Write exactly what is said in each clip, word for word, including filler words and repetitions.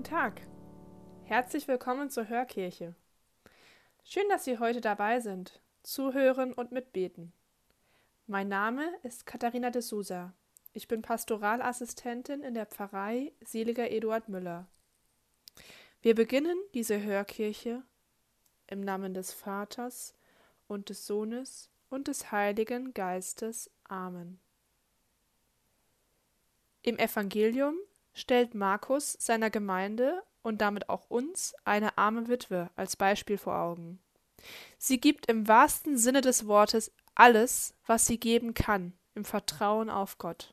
Tag. Herzlich willkommen zur Hörkirche. Schön, dass Sie heute dabei sind, zuhören und mitbeten. Mein Name ist Katharina de Sousa. Ich bin Pastoralassistentin in der Pfarrei Seliger Eduard Müller. Wir beginnen diese Hörkirche im Namen des Vaters und des Sohnes und des Heiligen Geistes. Amen. Im Evangelium stellt Markus seiner Gemeinde und damit auch uns eine arme Witwe als Beispiel vor Augen. Sie gibt im wahrsten Sinne des Wortes alles, was sie geben kann, im Vertrauen auf Gott.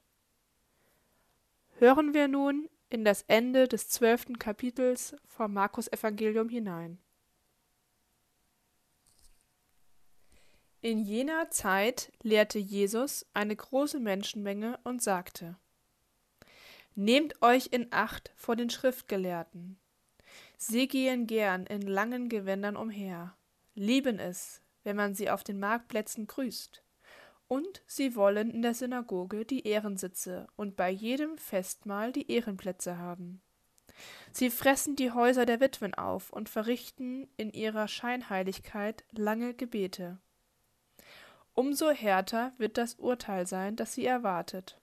Hören wir nun in das Ende des zwölften Kapitels vom Markus-Evangelium hinein. In jener Zeit lehrte Jesus eine große Menschenmenge und sagte: Nehmt euch in Acht vor den Schriftgelehrten. Sie gehen gern in langen Gewändern umher, lieben es, wenn man sie auf den Marktplätzen grüßt, und sie wollen in der Synagoge die Ehrensitze und bei jedem Festmahl die Ehrenplätze haben. Sie fressen die Häuser der Witwen auf und verrichten in ihrer Scheinheiligkeit lange Gebete. Umso härter wird das Urteil sein, das sie erwartet.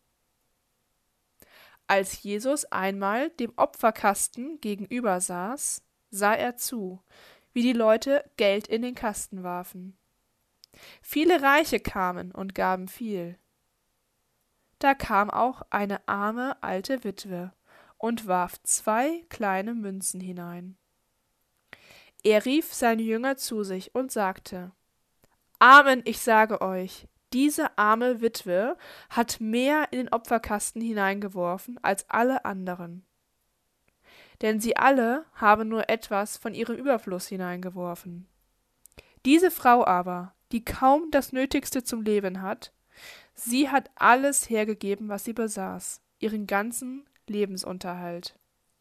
Als Jesus einmal dem Opferkasten gegenüber saß, sah er zu, wie die Leute Geld in den Kasten warfen. Viele Reiche kamen und gaben viel. Da kam auch eine arme alte Witwe und warf zwei kleine Münzen hinein. Er rief seine Jünger zu sich und sagte: Amen, ich sage euch, diese arme Witwe hat mehr in den Opferkasten hineingeworfen als alle anderen. Denn sie alle haben nur etwas von ihrem Überfluss hineingeworfen. Diese Frau aber, die kaum das Nötigste zum Leben hat, sie hat alles hergegeben, was sie besaß, ihren ganzen Lebensunterhalt.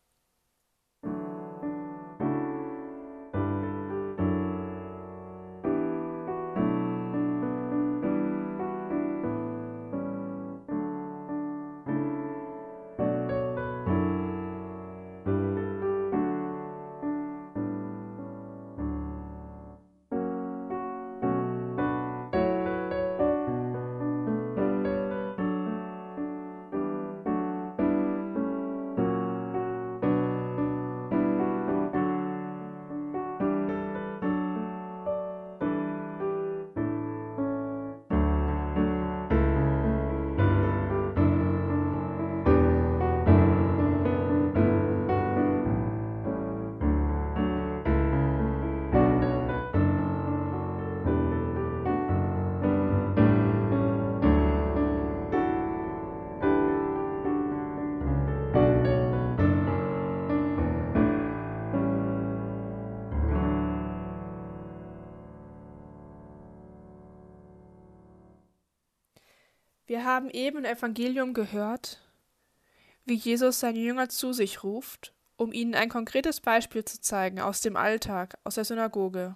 Wir haben eben im Evangelium gehört, wie Jesus seine Jünger zu sich ruft, um ihnen ein konkretes Beispiel zu zeigen aus dem Alltag, aus der Synagoge.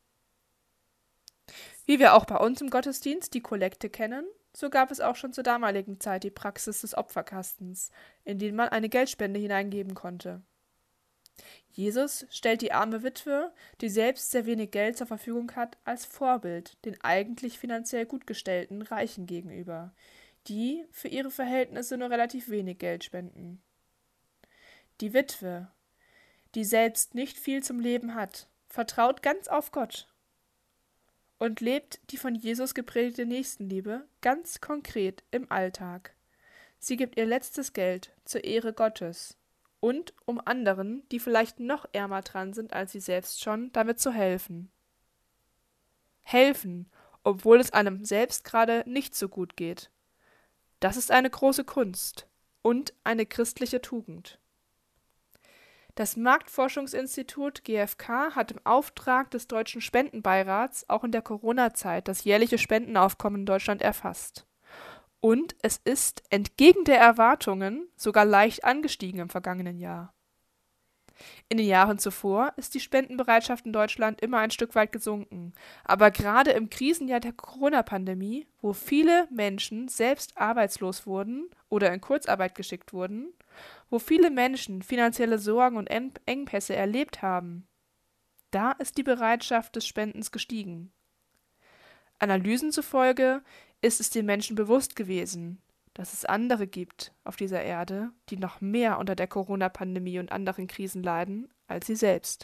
Wie wir auch bei uns im Gottesdienst die Kollekte kennen, so gab es auch schon zur damaligen Zeit die Praxis des Opferkastens, in den man eine Geldspende hineingeben konnte. Jesus stellt die arme Witwe, die selbst sehr wenig Geld zur Verfügung hat, als Vorbild den eigentlich finanziell gut gestellten Reichen gegenüber, die für ihre Verhältnisse nur relativ wenig Geld spenden. Die Witwe, die selbst nicht viel zum Leben hat, vertraut ganz auf Gott und lebt die von Jesus gepredigte Nächstenliebe ganz konkret im Alltag. Sie gibt ihr letztes Geld zur Ehre Gottes und um anderen, die vielleicht noch ärmer dran sind als sie selbst schon, damit zu helfen. Helfen, obwohl es einem selbst gerade nicht so gut geht. Das ist eine große Kunst und eine christliche Tugend. Das Marktforschungsinstitut G f K hat im Auftrag des Deutschen Spendenbeirats auch in der Corona-Zeit das jährliche Spendenaufkommen in Deutschland erfasst. Und es ist entgegen der Erwartungen sogar leicht angestiegen im vergangenen Jahr. In den Jahren zuvor ist die Spendenbereitschaft in Deutschland immer ein Stück weit gesunken. Aber gerade im Krisenjahr der Corona-Pandemie, wo viele Menschen selbst arbeitslos wurden oder in Kurzarbeit geschickt wurden wo viele Menschen finanzielle Sorgen und Eng- Engpässe erlebt haben, da ist die Bereitschaft des Spendens gestiegen. Analysen zufolge ist es den Menschen bewusst gewesen, dass es andere gibt auf dieser Erde, die noch mehr unter der Corona-Pandemie und anderen Krisen leiden als sie selbst.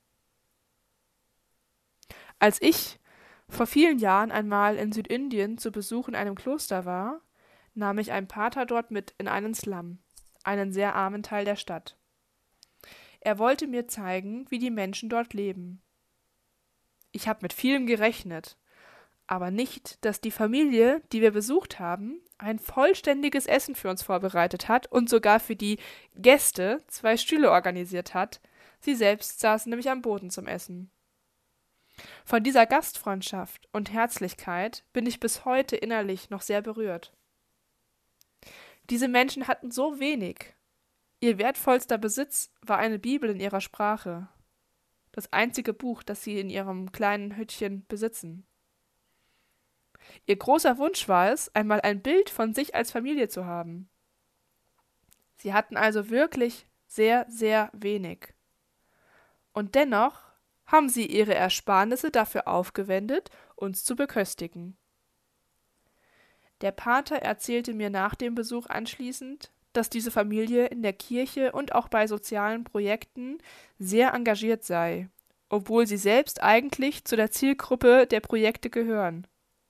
Als ich vor vielen Jahren einmal in Südindien zu Besuch in einem Kloster war, nahm ich einen Pater dort mit in einen Slum, einen sehr armen Teil der Stadt. Er wollte mir zeigen, wie die Menschen dort leben. Ich habe mit vielem gerechnet, aber nicht, dass die Familie, die wir besucht haben, ein vollständiges Essen für uns vorbereitet hat und sogar für die Gäste zwei Stühle organisiert hat. Sie selbst saßen nämlich am Boden zum Essen. Von dieser Gastfreundschaft und Herzlichkeit bin ich bis heute innerlich noch sehr berührt. Diese Menschen hatten so wenig. Ihr wertvollster Besitz war eine Bibel in ihrer Sprache. Das einzige Buch, das sie in ihrem kleinen Hüttchen besitzen. Ihr großer Wunsch war es, einmal ein Bild von sich als Familie zu haben. Sie hatten also wirklich sehr, sehr wenig. Und dennoch haben sie ihre Ersparnisse dafür aufgewendet, uns zu beköstigen. Der Pater erzählte mir nach dem Besuch anschließend, dass diese Familie in der Kirche und auch bei sozialen Projekten sehr engagiert sei, obwohl sie selbst eigentlich zu der Zielgruppe der Projekte gehören.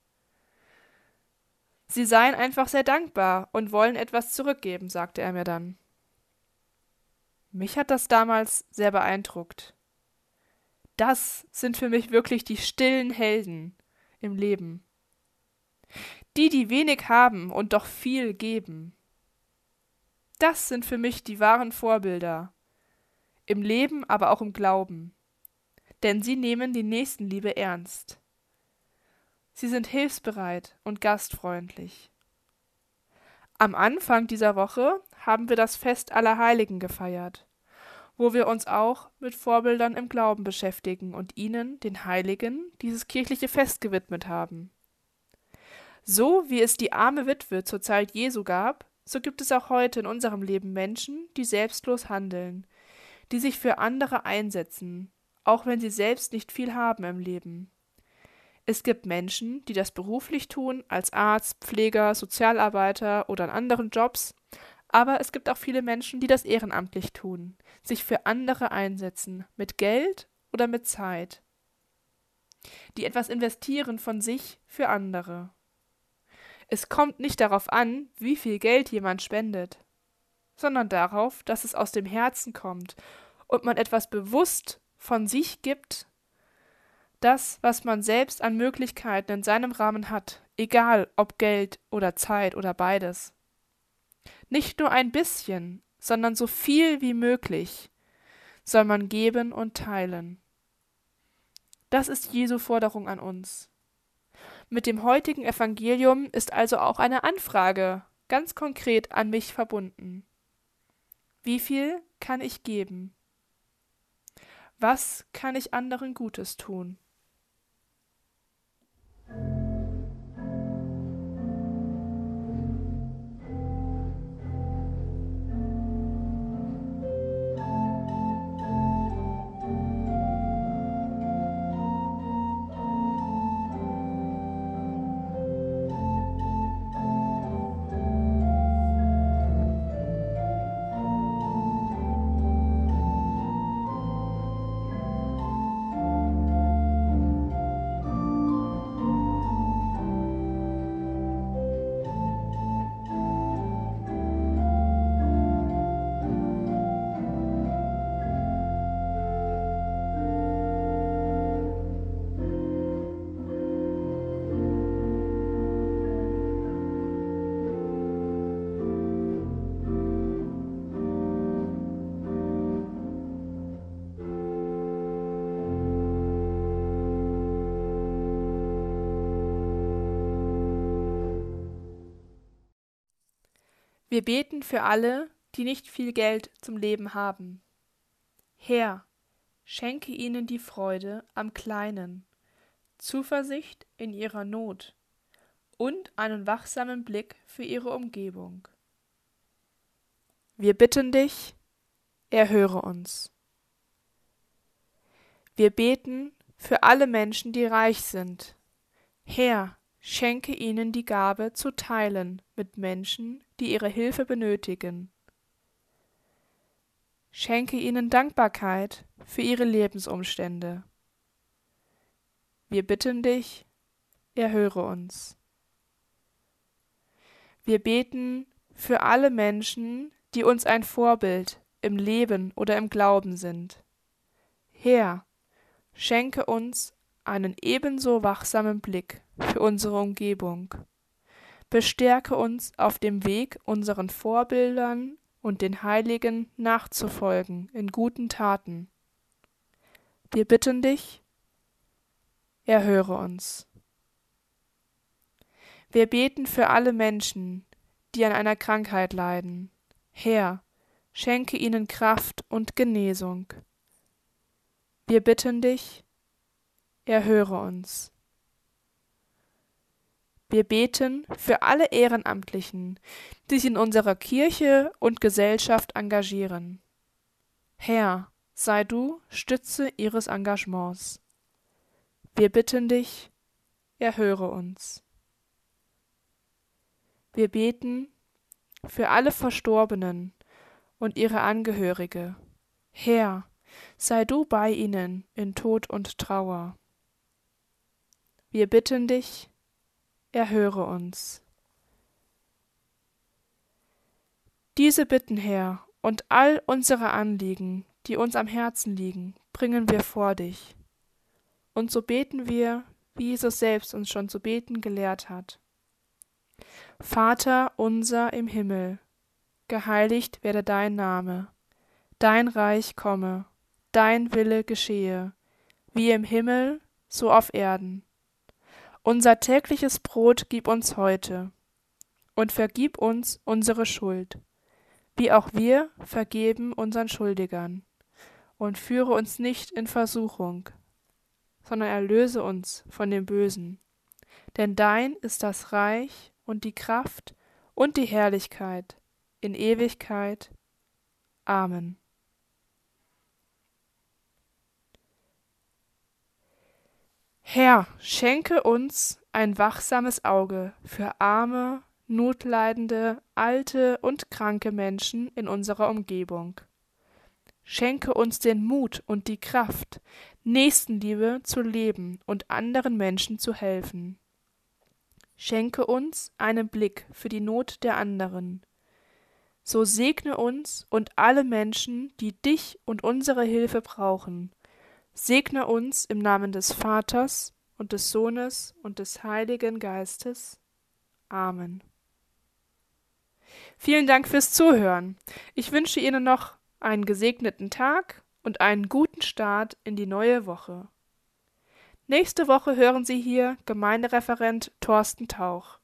Sie seien einfach sehr dankbar und wollen etwas zurückgeben, sagte er mir dann. Mich hat das damals sehr beeindruckt. Das sind für mich wirklich die stillen Helden im Leben. Die, die wenig haben und doch viel geben. Das sind für mich die wahren Vorbilder. Im Leben, aber auch im Glauben. Denn sie nehmen die Nächstenliebe ernst. Sie sind hilfsbereit und gastfreundlich. Am Anfang dieser Woche haben wir das Fest aller Heiligen gefeiert, wo wir uns auch mit Vorbildern im Glauben beschäftigen und ihnen, den Heiligen, dieses kirchliche Fest gewidmet haben. So wie es die arme Witwe zur Zeit Jesu gab, so gibt es auch heute in unserem Leben Menschen, die selbstlos handeln, die sich für andere einsetzen, auch wenn sie selbst nicht viel haben im Leben. Es gibt Menschen, die das beruflich tun, als Arzt, Pfleger, Sozialarbeiter oder in anderen Jobs, aber es gibt auch viele Menschen, die das ehrenamtlich tun, sich für andere einsetzen, mit Geld oder mit Zeit, die etwas investieren von sich für andere. Es kommt nicht darauf an, wie viel Geld jemand spendet, sondern darauf, dass es aus dem Herzen kommt und man etwas bewusst von sich gibt, das, was man selbst an Möglichkeiten in seinem Rahmen hat, egal ob Geld oder Zeit oder beides. Nicht nur ein bisschen, sondern so viel wie möglich soll man geben und teilen. Das ist Jesu Forderung an uns. Mit dem heutigen Evangelium ist also auch eine Anfrage ganz konkret an mich verbunden. Wie viel kann ich geben? Was kann ich anderen Gutes tun? Wir beten für alle, die nicht viel Geld zum Leben haben. Herr, schenke ihnen die Freude am Kleinen, Zuversicht in ihrer Not und einen wachsamen Blick für ihre Umgebung. Wir bitten dich, erhöre uns. Wir beten für alle Menschen, die reich sind. Herr, schenke ihnen die Gabe zu teilen mit Menschen, die ihre Hilfe benötigen. Schenke ihnen Dankbarkeit für ihre Lebensumstände. Wir bitten dich, erhöre uns. Wir beten für alle Menschen, die uns ein Vorbild im Leben oder im Glauben sind. Herr, schenke uns einen ebenso wachsamen Blick für unsere Umgebung. Bestärke uns auf dem Weg, unseren Vorbildern und den Heiligen nachzufolgen in guten Taten. Wir bitten dich, erhöre uns. Wir beten für alle Menschen, die an einer Krankheit leiden. Herr, schenke ihnen Kraft und Genesung. Wir bitten dich, erhöre uns. Wir beten für alle Ehrenamtlichen, die sich in unserer Kirche und Gesellschaft engagieren. Herr, sei du Stütze ihres Engagements. Wir bitten dich, erhöre uns. Wir beten für alle Verstorbenen und ihre Angehörige. Herr, sei du bei ihnen in Tod und Trauer. Wir bitten dich, erhöre uns. Diese Bitten, Herr, und all unsere Anliegen, die uns am Herzen liegen, bringen wir vor dich. Und so beten wir, wie Jesus selbst uns schon zu beten gelehrt hat. Vater unser im Himmel, geheiligt werde dein Name, dein Reich komme, dein Wille geschehe, wie im Himmel, so auf Erden. Unser tägliches Brot gib uns heute und vergib uns unsere Schuld, wie auch wir vergeben unseren Schuldigern. Und führe uns nicht in Versuchung, sondern erlöse uns von dem Bösen. Denn dein ist das Reich und die Kraft und die Herrlichkeit in Ewigkeit. Amen. Herr, schenke uns ein wachsames Auge für arme, notleidende, alte und kranke Menschen in unserer Umgebung. Schenke uns den Mut und die Kraft, Nächstenliebe zu leben und anderen Menschen zu helfen. Schenke uns einen Blick für die Not der anderen. So segne uns und alle Menschen, die dich und unsere Hilfe brauchen. Segne uns im Namen des Vaters und des Sohnes und des Heiligen Geistes. Amen. Vielen Dank fürs Zuhören. Ich wünsche Ihnen noch einen gesegneten Tag und einen guten Start in die neue Woche. Nächste Woche hören Sie hier Gemeindereferent Thorsten Tauch.